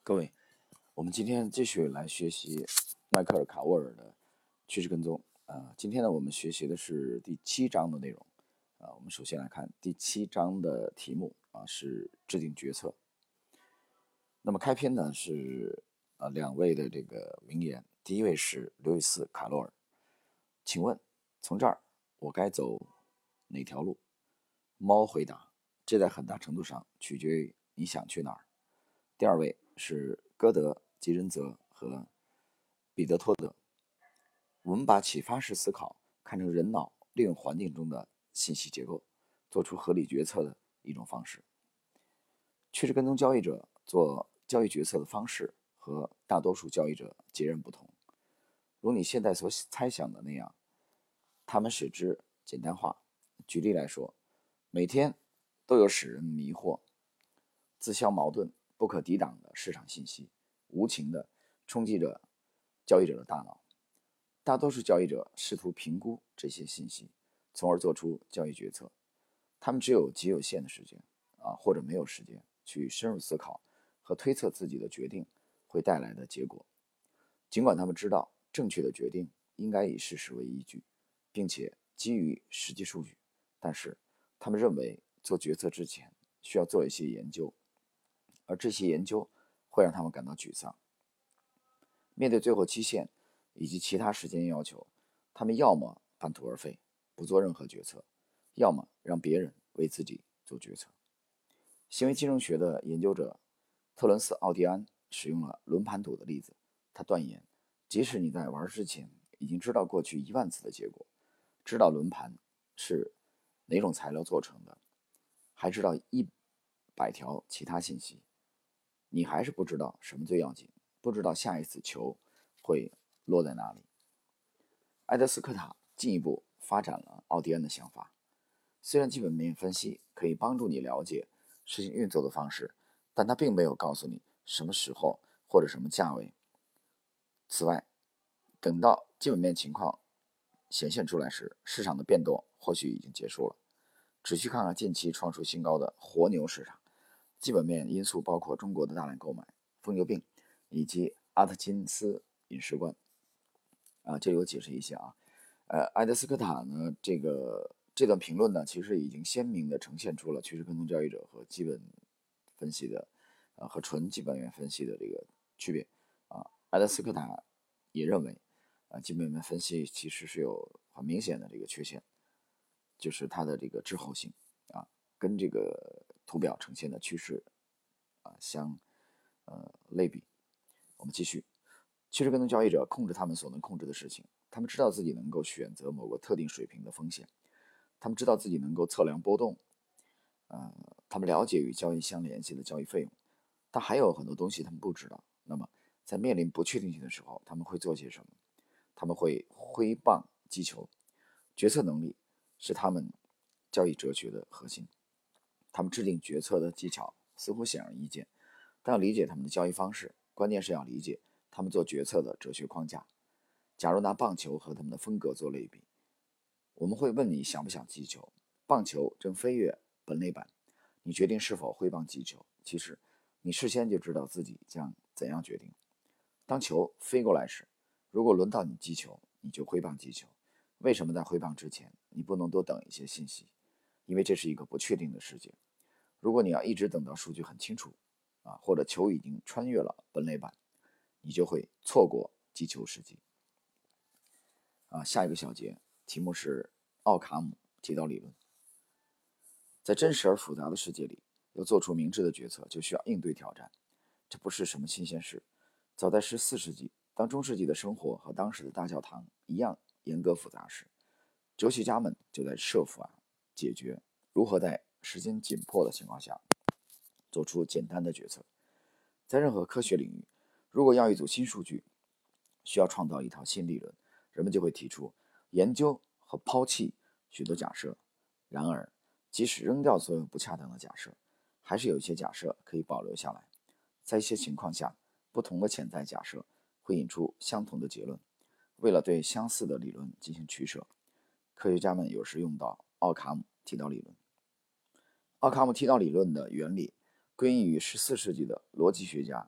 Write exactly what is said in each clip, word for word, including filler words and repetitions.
各位，我们今天继续来学习迈克尔·卡沃尔的趋势跟踪。呃，今天呢，我们学习的是第七章的内容。啊、呃，我们首先来看第七章的题目啊、呃，是制定决策。那么开篇呢是呃两位的这个名言，第一位是刘易斯·卡罗尔，请问从这儿我该走哪条路？猫回答：这在很大程度上取决于你想去哪儿。第二位是歌德、吉仁泽和彼得托德。我们把启发式思考看成人脑利用环境中的信息结构，做出合理决策的一种方式。趋势跟踪交易者做交易决策的方式和大多数交易者截然不同。如你现在所猜想的那样，他们使之简单化。举例来说，每天都有使人迷惑、自相矛盾、不可抵挡的市场信息，无情地冲击着交易者的大脑。大多数交易者试图评估这些信息，从而做出交易决策。他们只有极有限的时间啊，或者没有时间去深入思考和推测自己的决定会带来的结果。尽管他们知道正确的决定应该以事实为依据，并且基于实际数据，但是他们认为做决策之前需要做一些研究，而这些研究会让他们感到沮丧。面对最后期限以及其他时间要求，他们要么半途而废，不做任何决策，要么让别人为自己做决策。行为金融学的研究者特伦斯·奥蒂安使用了轮盘赌的例子。他断言，即使你在玩之前已经知道过去一万次的结果，知道轮盘是哪种材料做成的，还知道一百条其他信息，你还是不知道什么最要紧，不知道下一次球会落在哪里。埃德斯科塔进一步发展了奥蒂安的想法。虽然基本面分析可以帮助你了解事情运作的方式，但它并没有告诉你什么时候或者什么价位。此外，等到基本面情况显现出来时，市场的变动或许已经结束了。只需看看近期创出新高的活牛市场，基本面因素包括中国的大量购买、疯牛病以及阿特金斯饮食观。啊，这里我解释一下啊，呃，埃德斯科塔呢，这个这段评论呢，其实已经鲜明地呈现出了趋势跟踪交易者和基本分析的，呃，和纯基本面分析的这个区别啊。埃德斯科塔也认为，啊，基本面分析其实是有很明显的这个缺陷，就是它的这个滞后性啊，跟这个图表呈现的趋势啊相呃类比。我们继续。趋势跟踪交易者控制他们所能控制的事情，他们知道自己能够选择某个特定水平的风险，他们知道自己能够测量波动，呃，他们了解与交易相联系的交易费用，但还有很多东西他们不知道。那么，在面临不确定性的时候，他们会做些什么？他们会挥棒击球。决策能力是他们交易哲学的核心。他们制定决策的技巧似乎显而易见，但要理解他们的交易方式，关键是要理解他们做决策的哲学框架。假如拿棒球和他们的风格做类比，我们会问你想不想击球。棒球正飞越本垒板，你决定是否挥棒击球。其实你事先就知道自己将怎样决定。当球飞过来时，如果轮到你击球，你就挥棒击球。为什么在挥棒之前你不能多等一些信息？因为这是一个不确定的世界。如果你要一直等到数据很清楚啊，或者球已经穿越了本垒板，你就会错过击球时机。啊，下一个小节题目是奥卡姆提到理论。在真实而复杂的世界里，要做出明智的决策，就需要应对挑战。这不是什么新鲜事。早在十四世纪，当中世纪的生活和当时的大教堂一样严格复杂时，哲学家们就在设法解决如何在时间紧迫的情况下做出简单的决策。在任何科学领域，如果要一组新数据，需要创造一套新理论，人们就会提出研究和抛弃许多假设。然而，即使扔掉所有不恰当的假设，还是有一些假设可以保留下来。在一些情况下，不同的潜在假设会引出相同的结论。为了对相似的理论进行取舍，科学家们有时用到奥卡姆剃刀理论。奥卡姆剃刀理论的原理归因于十四世纪的逻辑学家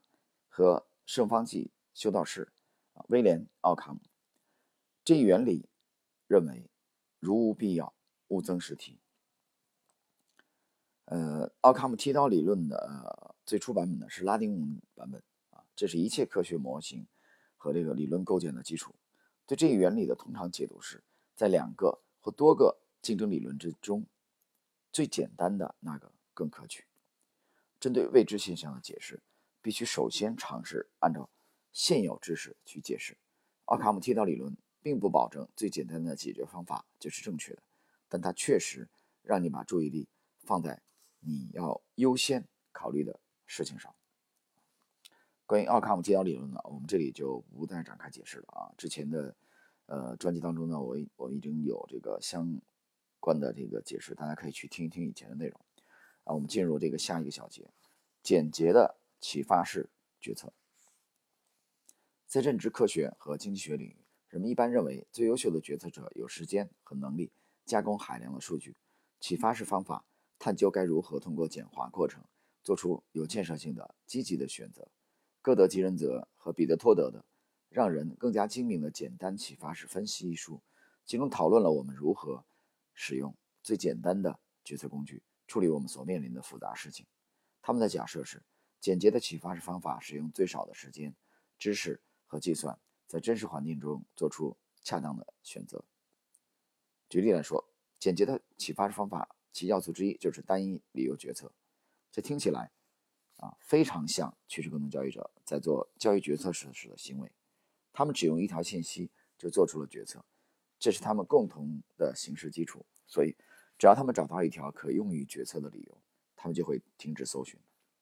和圣方济修道士啊威廉·奥卡姆。这一原理认为，如无必要，勿增实体。呃，奥卡姆剃刀理论的、呃、最初版本呢是拉丁文版本啊，这是一切科学模型和这个理论构建的基础。对这一原理的通常解读是，在两个或多个竞争理论之中，最简单的那个更可取。针对未知现象的解释，必须首先尝试按照现有知识去解释。奥卡姆剃刀理论并不保证最简单的解决方法就是正确的，但它确实让你把注意力放在你要优先考虑的事情上。关于奥卡姆剃刀理论呢，我们这里就不再展开解释了啊。之前的呃专辑当中呢，我我已经有这个相关的这个解释，大家可以去听一听以前的内容啊。我们进入这个下一个小节，简洁的启发式决策。在认知科学和经济学领域，人们一般认为最优秀的决策者有时间和能力加工海量的数据。启发式方法探究该如何通过简化过程做出有建设性的积极的选择。歌德·吉仁泽和彼得·托德的《让人更加精明的简单启发式分析》一书，其中讨论了我们如何使用最简单的决策工具处理我们所面临的复杂事情。他们的假设是，简洁的启发式方法使用最少的时间、知识和计算，在真实环境中做出恰当的选择。举例来说，简洁的启发式方法其要素之一就是单一理由决策。这听起来啊非常像趋势功能交易者在做交易决策时的行为。他们只用一条信息就做出了决策，这是他们共同的行事基础。所以，只要他们找到一条可用于决策的理由，他们就会停止搜寻。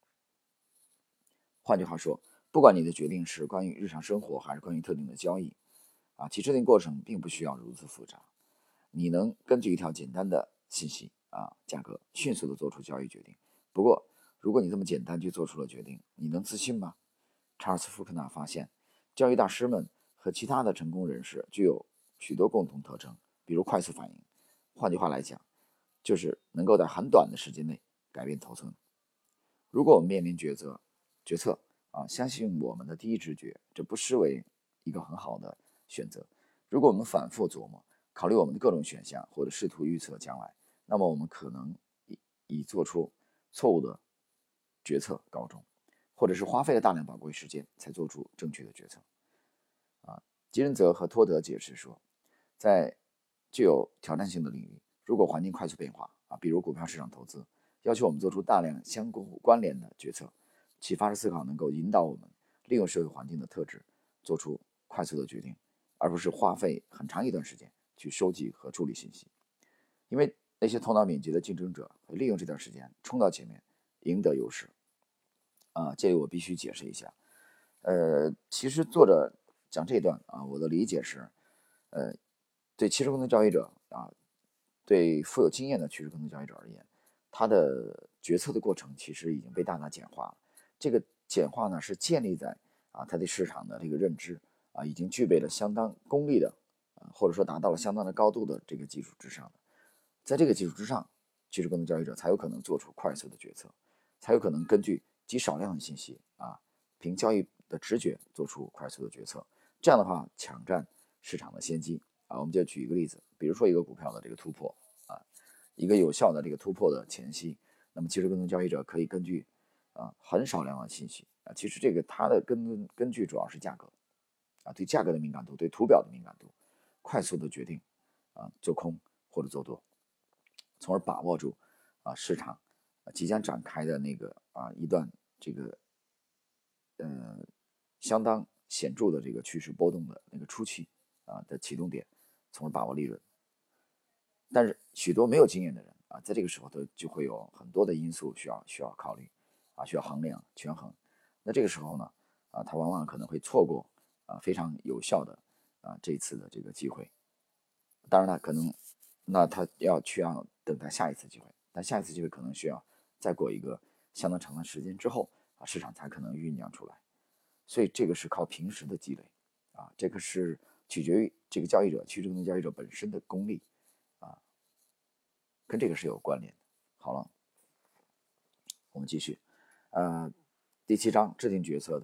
换句话说，不管你的决定是关于日常生活还是关于特定的交易，啊，其制定过程并不需要如此复杂。你能根据一条简单的信息啊价格迅速的做出交易决定。不过，如果你这么简单就做出了决定，你能自信吗？查尔斯·福克纳发现，交易大师们和其他的成功人士具有许多共同特征，比如快速反应。换句话来讲，就是能够在很短的时间内改变头寸。如果我们面临抉择、决策啊，相信我们的第一直觉，这不失为一个很好的选择。如果我们反复琢磨，考虑我们的各种选项，或者试图预测将来，那么我们可能以以做出错误的决策告终，或者是花费了大量宝贵时间才做出正确的决策。啊，吉仁泽和托德解释说，在具有挑战性的领域，如果环境快速变化啊，比如股票市场投资，要求我们做出大量相互关联的决策，启发式思考能够引导我们利用社会环境的特质，做出快速的决定，而不是花费很长一段时间去收集和处理信息。因为那些头脑敏捷的竞争者会利用这段时间冲到前面，赢得优势。啊，这里我必须解释一下，呃，其实作者讲这段啊，我的理解是，呃，对趋势功能交易者啊，对富有经验的趋势功能交易者而言，他的决策的过程其实已经被大大简化了。这个简化呢，是建立在啊他对市场的这个认知啊，已经具备了相当功力的啊，或者说达到了相当的高度的这个基础之上的。在这个基础之上，趋势功能交易者才有可能做出快速的决策，才有可能根据极少量的信息啊，凭交易的直觉做出快速的决策。这样的话，抢占市场的先机啊。我们就举一个例子，比如说一个股票的这个突破啊，一个有效的这个突破的前夕，那么趋势功能交易者可以根据啊很少量的信息啊，其实这个它的根根据主要是价格啊，对价格的敏感度，对图表的敏感度，快速的决定啊做空或者做多。从而把握住啊市场啊即将展开的那个啊一段这个呃相当显著的这个趋势波动的那个初期啊的启动点，从而把握利润。但是许多没有经验的人啊，在这个时候都就会有很多的因素需要需要考虑啊，需要衡量权衡。那这个时候呢啊，他往往可能会错过啊非常有效的啊这次的这个机会。当然了，可能那他要去要等待下一次机会，但下一次机会可能需要再过一个相当长的时间之后啊，市场才可能酝酿出来。所以这个是靠平时的积累啊，这个是取决于这个交易者趋势功能交易者本身的功力啊，跟这个是有关联的。好了，我们继续，呃，第七章制定决策的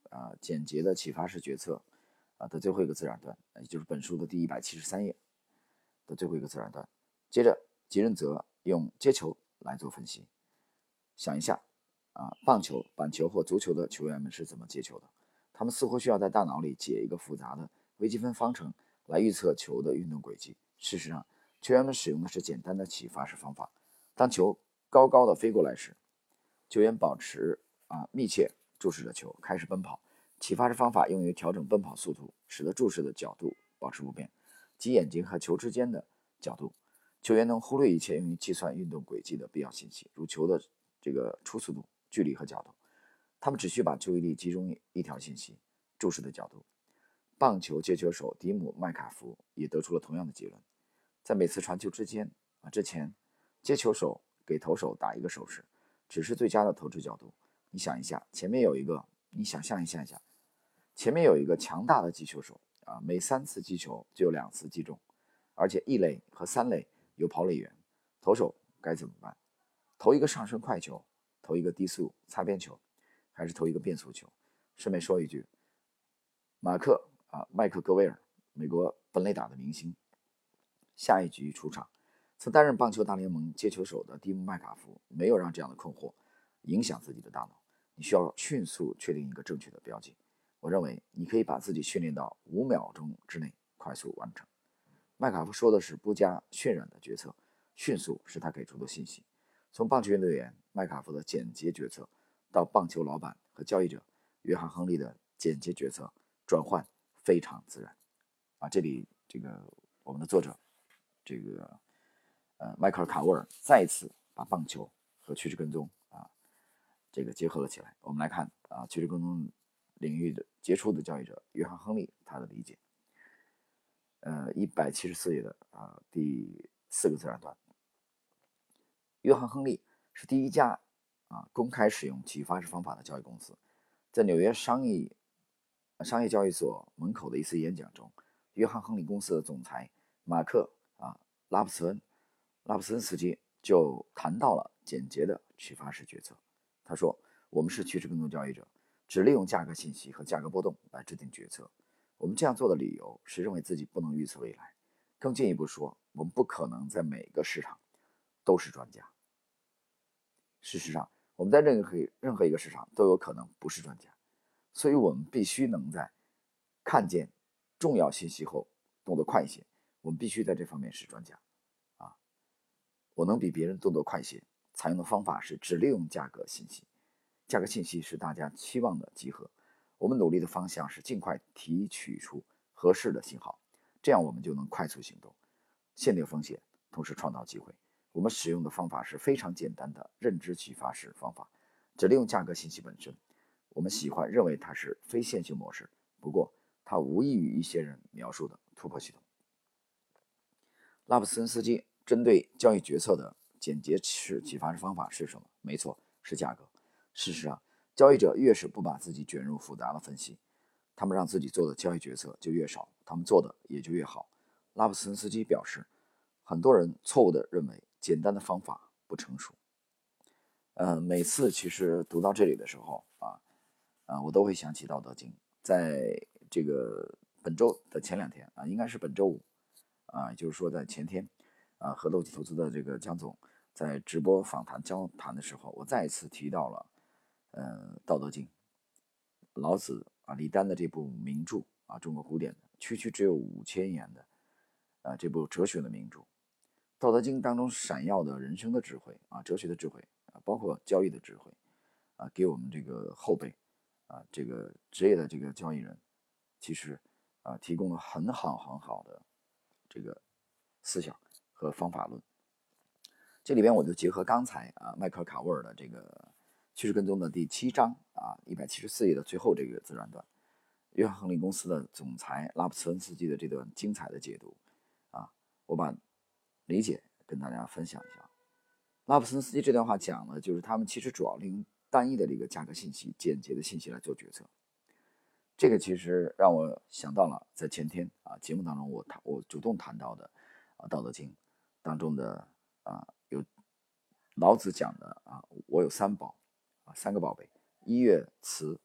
啊简洁的启发式决策啊的最后一个自然段，也就是本书的第一百七十三页的最后一个自然段。接着吉任泽用接球来做分析，想一下啊，棒球、板球或足球的球员们是怎么接球的？他们似乎需要在大脑里解一个复杂的微积分方程来预测球的运动轨迹。事实上，球员们使用的是简单的启发式方法。当球高高的飞过来时，球员保持啊密切注视着球，开始奔跑。启发式方法用于调整奔跑速度，使得注视的角度保持不变，即眼睛和球之间的角度。球员能忽略一切用于计算运动轨迹的必要信息，如球的这个初速度、距离和角度。他们只需把注意力集中一条信息：注视的角度。棒球接球手迪姆·麦卡福也得出了同样的结论。在每次传球之间啊之前，接球手给投手打一个手势，只是最佳的投掷角度。你想一下，前面有一个，你想象一下一下，前面有一个强大的击球手啊，每三次击球就有两次击中，而且一垒和三垒有跑垒员，投手该怎么办？投一个上升快球，投一个低速擦边球，还是投一个变速球？顺便说一句，马克啊，麦克戈威尔，美国本垒打的明星，下一局出场。曾担任棒球大联盟接球手的蒂姆·麦卡夫没有让这样的困惑影响自己的大脑。你需要迅速确定一个正确的标记。我认为你可以把自己训练到五秒钟之内快速完成。麦卡夫说的是不加渲染的决策，迅速是他给出的信息。从棒球运动员麦卡夫的简洁决策，到棒球老板和交易者约翰·亨利的简洁决策，转换非常自然。啊，这里这个我们的作者这个呃迈克尔·卡沃尔再一次把棒球和趋势跟踪啊这个结合了起来。我们来看啊趋势跟踪领域的杰出的交易者约翰·亨利他的理解。呃，一百七十四页的啊第四个自然段，约翰·亨利是第一家啊公开使用启发式方法的交易公司。在纽约商业商业交易所门口的一次演讲中，约翰·亨利公司的总裁马克啊拉普斯恩拉普斯恩斯基就谈到了简洁的启发式决策。他说：“我们是趋势跟踪交易者，只利用价格信息和价格波动来制定决策。我们这样做的理由是认为自己不能预测未来。更进一步说，我们不可能在每个市场都是专家。事实上，我们在任何任何一个市场都有可能不是专家，所以我们必须能在看见重要信息后动得快一些。我们必须在这方面是专家啊！我能比别人动得快些。采用的方法是只利用价格信息，价格信息是大家期望的集合。我们努力的方向是尽快提取出合适的信号，这样我们就能快速行动，限定风险，同时创造机会。我们使用的方法是非常简单的认知启发式方法，只利用价格信息本身。我们喜欢认为它是非线性模式，不过它无异于一些人描述的突破系统。拉普斯恩斯基针对交易决策的简洁式启发式方法是什么？没错，是价格。事实上，交易者越是不把自己卷入复杂的分析，他们让自己做的交易决策就越少，他们做的也就越好。拉普斯恩斯基表示，很多人错误地认为简单的方法不成熟。呃，每次其实读到这里的时候啊，啊，我都会想起《道德经》。在这个本周的前两天啊，应该是本周五啊，也就是说在前天啊，和楼基投资的这个江总在直播访谈交谈的时候，我再一次提到了呃《道德经》，老子啊李丹的这部名著啊，中国古典的，区区只有五千言的啊这部哲学的名著。《道德经》当中闪耀的人生的智慧啊，哲学的智慧啊，包括交易的智慧啊，给我们这个后辈啊，这个职业的这个交易人，其实啊，提供了很好很好的这个思想和方法论。这里边我就结合刚才啊迈克尔卡沃尔的这个趋势跟踪的第七章啊一百七十四页的最后这个自然段，约翰亨利公司的总裁拉普斯恩斯基的这段精彩的解读啊，我把理解跟大家分享一下。拉普斯恩斯基这段话讲了，就是他们其实主要利用单一的这个价格信息、简洁的信息来做决策。这个其实让我想到了在前天啊节目当中我谈我主动谈到的啊《道德经》当中的啊有老子讲的啊，我有三宝啊三个宝贝：一乐、辞、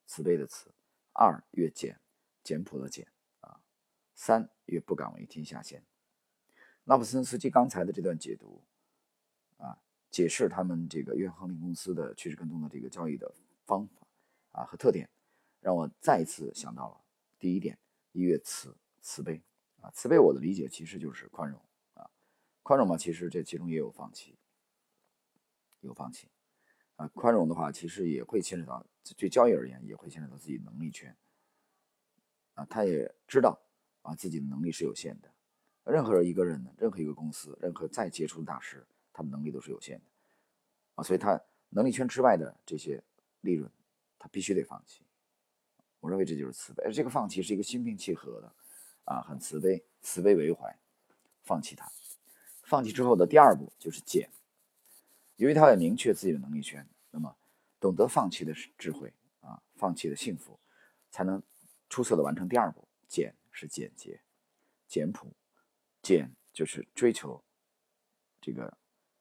慈悲的慈；二越简，简朴的简啊；三越不敢为天下先。拉普森斯基刚才的这段解读啊，解释他们这个约翰亨利公司的趋势跟踪的这个交易的方法啊和特点，让我再一次想到了第一点：一越慈，慈悲啊。慈悲我的理解其实就是宽容啊，宽容嘛，其实这其中也有放弃，有放弃啊。宽容的话，其实也会牵扯到对交易而言，也会牵扯到自己能力圈啊。他也知道啊自己的能力是有限的。任何一个人呢，任何一个公司，任何再杰出的大师，他的能力都是有限的啊，所以他能力圈之外的这些利润，他必须得放弃。我认为这就是慈悲，而这个放弃是一个心平气和的啊，很慈悲，慈悲为怀，放弃它。放弃之后的第二步就是减，由于他也明确自己的能力圈，那么懂得放弃的智慧啊，放弃的幸福，才能出色的完成第二步。简是简洁、简朴。简就是追求这个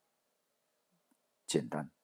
简单，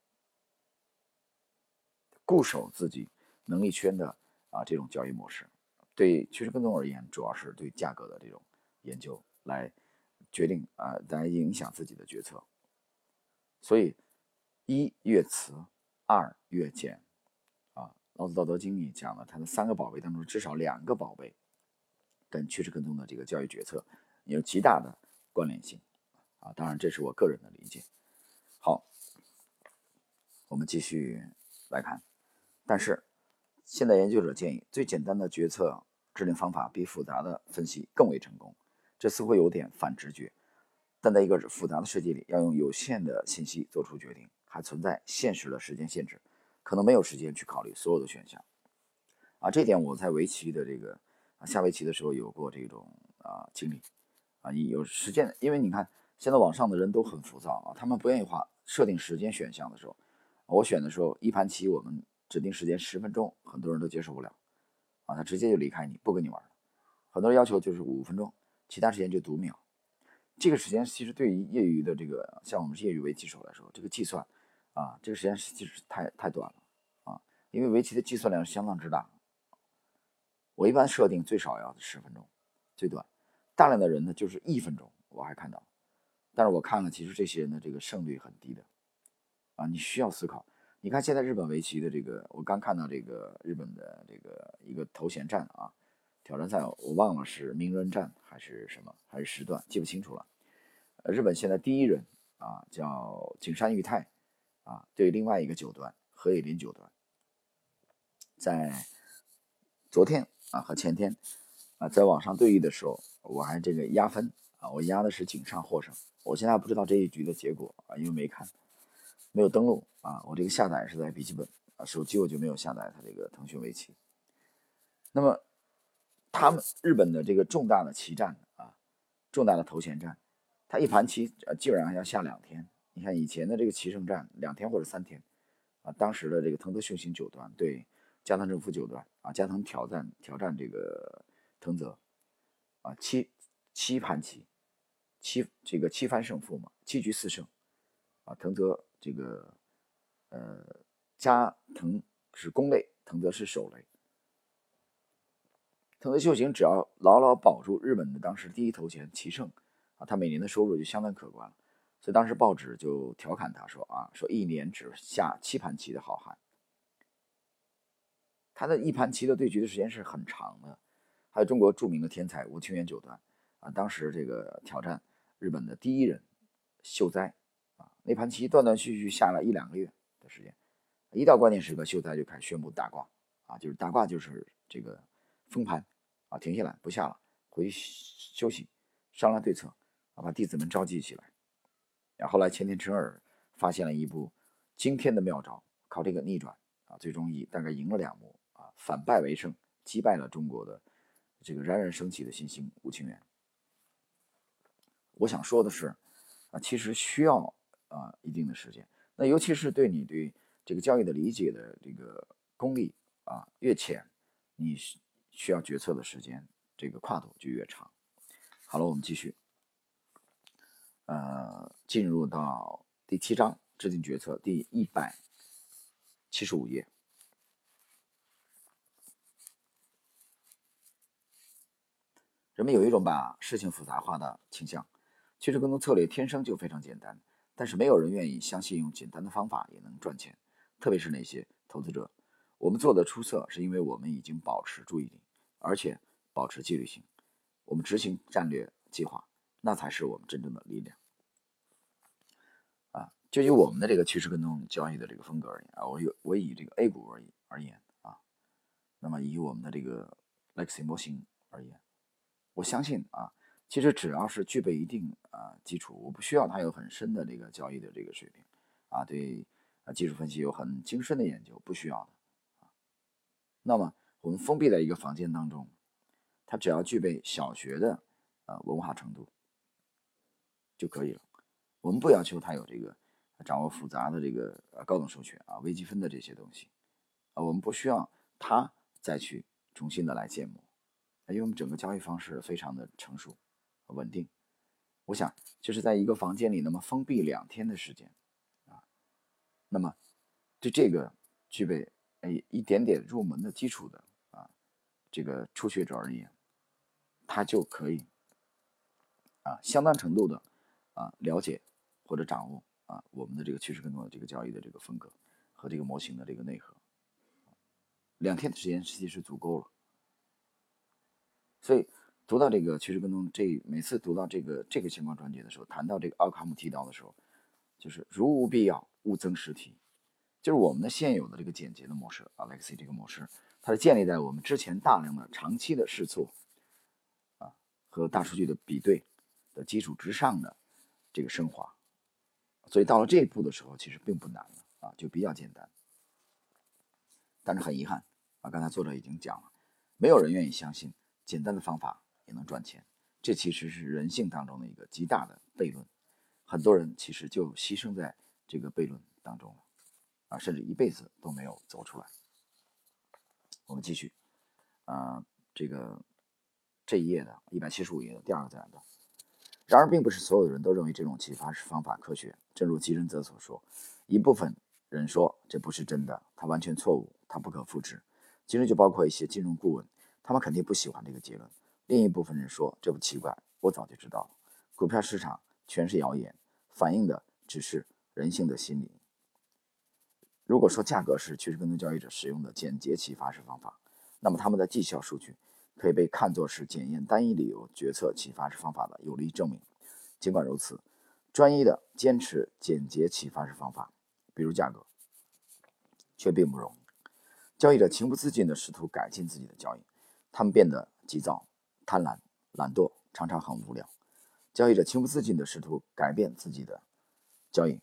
固守自己能力圈的啊这种交易模式。对趋势跟踪而言，主要是对价格的这种研究来决定啊，来影响自己的决策。所以一越慈，二越简啊。老子道德经里讲了，它的三个宝贝当中至少两个宝贝跟趋势跟踪的这个交易决策有极大的关联性啊。当然，这是我个人的理解。好，我们继续来看。但是，现代研究者建议，最简单的决策制定方法比复杂的分析更为成功。这似乎有点反直觉，但在一个复杂的世界里，要用有限的信息做出决定，还存在现实的时间限制，可能没有时间去考虑所有的选项。啊，这点我在围棋的这个啊下围棋的时候有过这种啊经历啊，有时间，因为你看现在网上的人都很浮躁啊，他们不愿意花设定时间选项的时候，我选的时候一盘棋我们指定时间十分钟，很多人都接受不了啊，他直接就离开你，不跟你玩了。很多人要求就是五分钟，其他时间就读秒。这个时间其实对于业余的这个像我们是业余围棋手来说，这个计算啊，这个时间其实太太短了啊，因为围棋的计算量相当之大。我一般设定最少要十分钟，最短。大量的人呢就是一分钟，我还看到。但是我看了，其实这些人的这个胜率很低的啊，你需要思考。你看现在日本围棋的这个，我刚看到这个日本的这个一个头衔战啊，挑战赛我忘了是名人战还是什么，还是时段，记不清楚了。呃，日本现在第一人啊叫井山裕太啊，对另外一个九段河野林九段，在昨天啊和前天啊在网上对弈的时候，我还这个压分啊，我压的是井上获胜。我现在不知道这一局的结果啊，因为没看，没有登录啊。我这个下载是在笔记本啊，手机我就没有下载它这个腾讯围棋。那么他们日本的这个重大的棋战啊，重大的头衔战，它一盘棋呃基本上要下两天。你看以前的这个棋圣战两天或者三天啊，当时的这个藤泽秀行九段对加藤正夫九段啊，加藤挑战挑战这个藤泽啊，七七盘棋，七这个七番胜负嘛，七局四胜啊，藤泽这个呃加藤是攻类，藤泽是守类。藤泽秀行只要牢牢保住日本的当时第一头衔棋圣啊，他每年的收入就相当可观了。所以当时报纸就调侃他说啊，说一年只下七盘棋的好汉。他的一盘棋的对局的时间是很长的。还有中国著名的天才吴清源九段啊，当时这个挑战日本的第一人秀哉啊，那盘棋断断续续下了一两个月的时间，一到关键时刻，秀哉就开始宣布大挂啊，就是大挂就是这个封盘啊，停下来不下了，回去休息，商量对策啊，把弟子们召集起来。然后后来前田诚尔发现了一步惊天的妙招，靠这个逆转啊，最终以大概赢了两幕啊，反败为胜，击败了中国的这个冉冉升起的新星吴清源。我想说的是啊，其实需要啊一定的时间，那尤其是对你对这个交易的理解的这个功力啊越浅，你需要决策的时间这个跨度就越长。好了，我们继续。呃，进入到第七章制定决策第一百七十五页。 人们有一种把事情复杂化的倾向，趋势跟踪策略天生就非常简单，但是没有人愿意相信用简单的方法也能赚钱，特别是那些投资者。我们做的出色，是因为我们已经保持注意力，而且保持纪律性。我们执行战略计划，那才是我们真正的力量。啊，就以我们的这个趋势跟踪交易的这个风格而言啊，我有我以这个 A 股而而言啊，那么以我们的这个 Lexi 模型而言，我相信啊，其实只要是具备一定啊基础，我不需要它有很深的这个交易的这个水平啊，对啊技术分析有很精深的研究，不需要的。那么我们封闭在一个房间当中，它只要具备小学的呃文化程度就可以了。我们不要求它有这个掌握复杂的这个呃高等数学啊、微积分的这些东西啊，我们不需要它再去重新的来建模，因为我们整个交易方式非常的成熟、稳定。我想就是在一个房间里，那么封闭两天的时间啊，那么对这个具备哎一点点入门的基础的啊这个初学者而言，他就可以啊相当程度的啊了解或者掌握啊我们的这个趋势跟踪的这个交易的这个风格和这个模型的这个内核。两天的时间其实足够了。所以读到这个趋势跟踪，这每次读到这个这个相关章节的时候，谈到这个奥卡姆剃刀的时候，就是如无必要，勿增实体。就是我们的现有的这个简洁的模式 Alexi 这个模式，它是建立在我们之前大量的长期的试错啊和大数据的比对的基础之上的这个升华。所以到了这一步的时候，其实并不难了啊，就比较简单。但是很遗憾啊，刚才作者已经讲了，没有人愿意相信简单的方法也能赚钱，这其实是人性当中的一个极大的悖论。很多人其实就牺牲在这个悖论当中了啊，甚至一辈子都没有走出来。我们继续啊，这个这一页的一百七十五页的第二个自然段。然而，并不是所有的人都认为这种启发式方法科学。正如吉仁泽所说，一部分人说这不是真的，它完全错误，它不可复制。其中就包括一些金融顾问，他们肯定不喜欢这个结论。另一部分人说这不奇怪，我早就知道了。股票市场全是谣言，反映的只是人性的心理。如果说价格是趋势跟踪交易者使用的简洁启发式方法，那么他们的绩效数据可以被看作是检验单一理由决策启发式方法的有力证明。尽管如此，专一的坚持简洁启发式方法，比如价格，却并不容易。交易者情不自禁地试图改进自己的交易，他们变得急躁、贪婪、懒惰，常常很无聊。交易者情不自禁地试图改变自己的交易，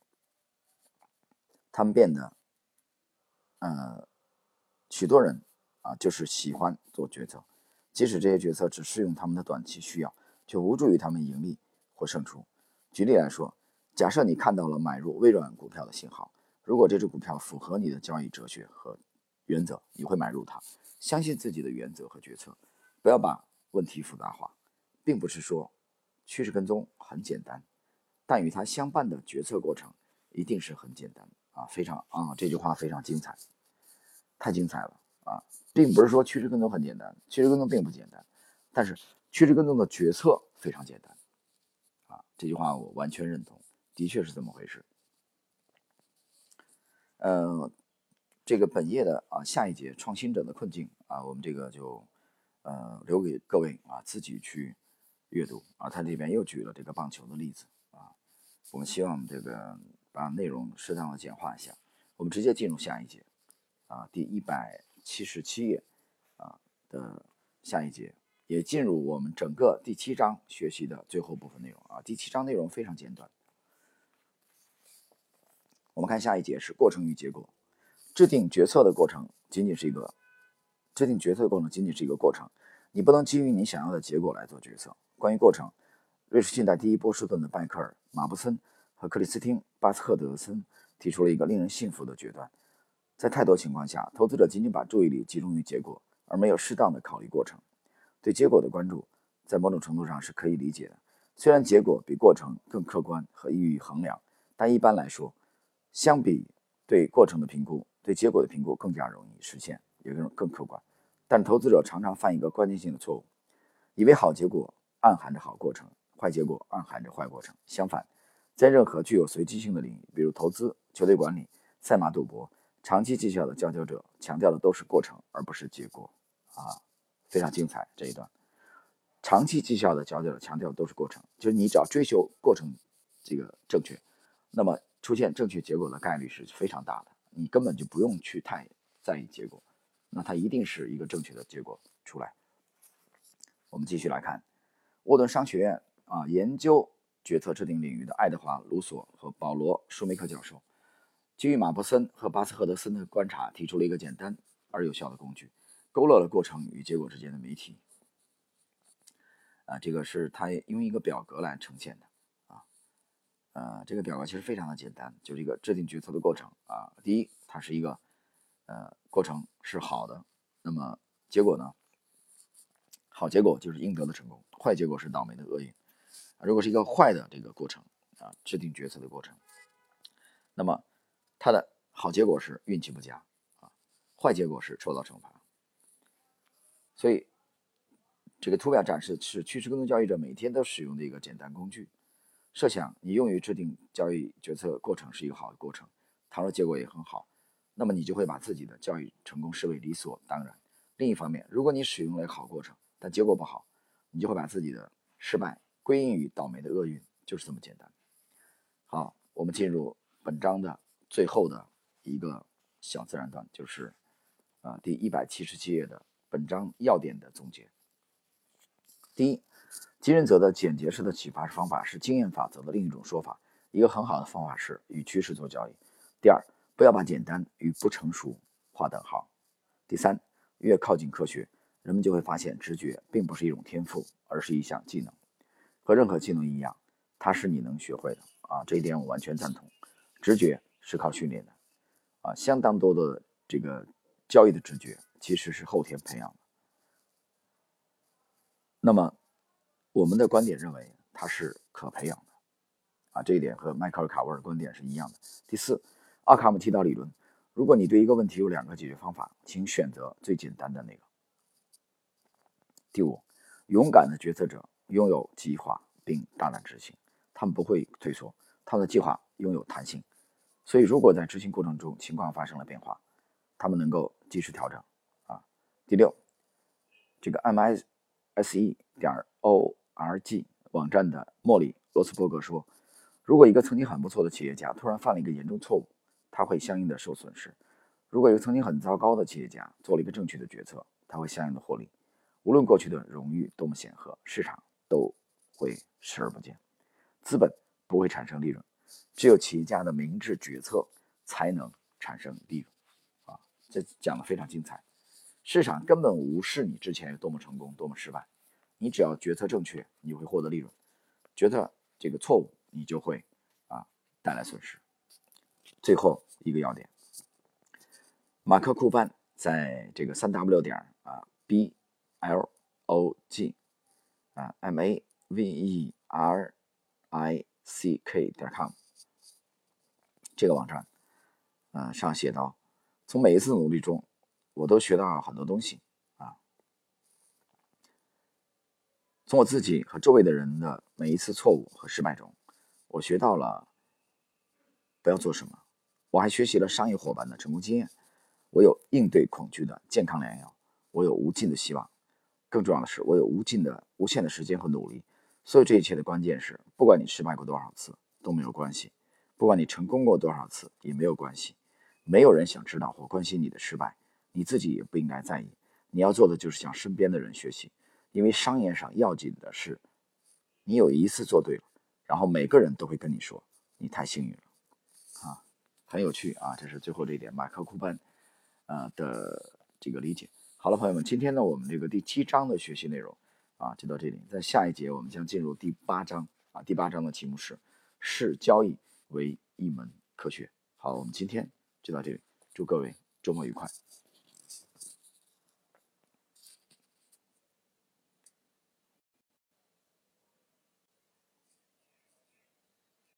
他们变得，呃，许多人啊，就是喜欢做决策，即使这些决策只适用他们的短期需要，却无助于他们盈利或胜出。举例来说，假设你看到了买入微软股票的信号，如果这只股票符合你的交易哲学和原则，你会买入它。相信自己的原则和决策，不要把问题复杂化。并不是说趋势跟踪很简单，但与它相伴的决策过程一定是很简单啊，非常啊，这句话非常精彩，太精彩了啊！并不是说趋势跟踪很简单，趋势跟踪并不简单，但是趋势跟踪的决策非常简单啊，这句话我完全认同，的确是这么回事。呃，这个本页的啊下一节创新者的困境啊，我们这个就呃留给各位啊自己去阅读啊。他这边又举了这个棒球的例子啊，我们希望这个把内容适当的简化一下，我们直接进入下一节啊，第一百七十七页啊的下一节，也进入我们整个第七章学习的最后部分内容啊。第七章内容非常简短。我们看下一节是过程与结果。制定决策的过程仅仅是一个制定决策的过程仅仅是一个过程，你不能基于你想要的结果来做决策。关于过程，瑞士信贷第一波士顿的拜克尔、马布森和克里斯汀·巴斯赫德森提出了一个令人信服的决断：在太多情况下，投资者仅仅把注意力集中于结果，而没有适当的考虑过程。对结果的关注，在某种程度上是可以理解的。虽然结果比过程更客观和易于衡量，但一般来说，相比对过程的评估，对结果的评估更加容易实现，也更更客观。但投资者常常犯一个关键性的错误， 以为好结果暗含着好过程，坏结果暗含着坏过程。相反，在任何具有随机性的领域，比如投资、球队管理、赛马赌博，长期绩效的佼佼者强调的都是过程，而不是结果。啊，非常精彩这一段。长期绩效的佼佼者强调的都是过程，就是你只要追求过程这个正确，那么出现正确结果的概率是非常大的，你根本就不用去太在意结果，那它一定是一个正确的结果出来。我们继续来看沃顿商学院啊，研究决策制定领域的爱德华·卢索和保罗·舒梅克教授，基于马伯森和巴斯赫德森的观察，提出了一个简单而有效的工具，勾勒了过程与结果之间的谜题。啊，这个是他用一个表格来呈现的啊，呃，这个表格其实非常的简单，就是一个制定决策的过程啊。第一，它是一个呃过程是好的，那么结果呢，好结果就是应得的成功，坏结果是倒霉的厄运。如果是一个坏的这个过程啊，制定决策的过程，那么它的好结果是运气不佳啊，坏结果是受到惩罚。所以这个图表展示是趋势跟踪交易者每天都使用的一个简单工具。设想你用于制定交易决策过程是一个好的过程，倘若结果也很好，那么你就会把自己的交易成功视为理所当然。另一方面，如果你使用了一个好过程，但结果不好，你就会把自己的失败归因于倒霉的厄运，就是这么简单。好，我们进入本章的最后的一个小自然段，就是啊第一百七十七页的本章要点的总结。第一，吉仁泽的简洁式的启发方法是经验法则的另一种说法。一个很好的方法是与趋势做交易。第二，不要把简单与不成熟划等号。第三，越靠近科学，人们就会发现直觉并不是一种天赋，而是一项技能。和任何技能一样，它是你能学会的啊，这一点我完全赞同。直觉是靠训练的啊，相当多的这个交易的直觉其实是后天培养的。那么我们的观点认为它是可培养的啊，这一点和迈克尔·卡沃尔的观点是一样的。第四，奥卡姆提到理论，如果你对一个问题有两个解决方法，请选择最简单的那个。第五，勇敢的决策者拥有计划并大胆执行，他们不会退缩，他们的计划拥有弹性，所以如果在执行过程中情况发生了变化，他们能够及时调整啊。第六，这个 M I S E 点 O R G 网站的莫里罗斯伯格说，如果一个曾经很不错的企业家突然犯了一个严重错误，他会相应的受损失；如果一个曾经很糟糕的企业家做了一个正确的决策，他会相应的获利。无论过去的荣誉多么显赫，市场都会视而不见，资本不会产生利润，只有企业家的明智决策才能产生利润啊！这讲得非常精彩。市场根本无视你之前有多么成功多么失败，你只要决策正确，你会获得利润；决策这个错误，你就会啊带来损失。最后一个要点，马克库班在这个 三 W 点啊 B L O G 啊 M A V E R I C K 点 com 这个网站啊上写道，从每一次努力中，我都学到很多东西啊。从我自己和周围的人的每一次错误和失败中，我学到了不要做什么。我还学习了商业伙伴的成功经验。我有应对恐惧的健康良药。我有无尽的希望。更重要的是，我有无尽的、无限的时间和努力。所有这一切的关键是，不管你失败过多少次都没有关系，不管你成功过多少次也没有关系。没有人想知道或关心你的失败，你自己也不应该在意。你要做的就是向身边的人学习，因为商业上要紧的是，你有一次做对了，然后每个人都会跟你说，你太幸运了啊，很有趣啊！这是最后这一点，马克库班呃的这个理解。好了，朋友们，今天呢，我们这个第七章的学习内容啊，就到这里。在下一节，我们将进入第八章啊。第八章的题目是视交易为一门科学。好，我们今天就到这里，祝各位周末愉快。